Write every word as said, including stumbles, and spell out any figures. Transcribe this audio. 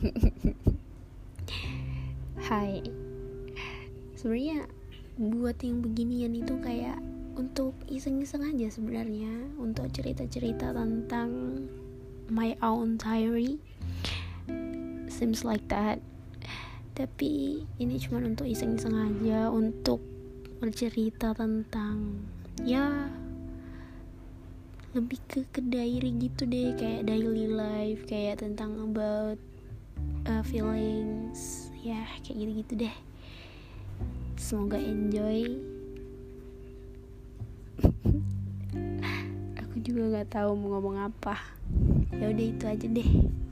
Hai, sebenarnya buat yang beginian itu kayak untuk iseng-iseng aja sebenarnya, untuk cerita-cerita tentang my own diary, seems like that. Tapi ini cuma untuk iseng-iseng aja, untuk bercerita tentang ya lebih ke ke diary gitu deh, kayak daily life, kayak tentang about uh, feelings, ya kayak gitu-gitu deh. Semoga enjoy. Aku juga nggak tahu mau ngomong apa. Ya udah itu aja deh.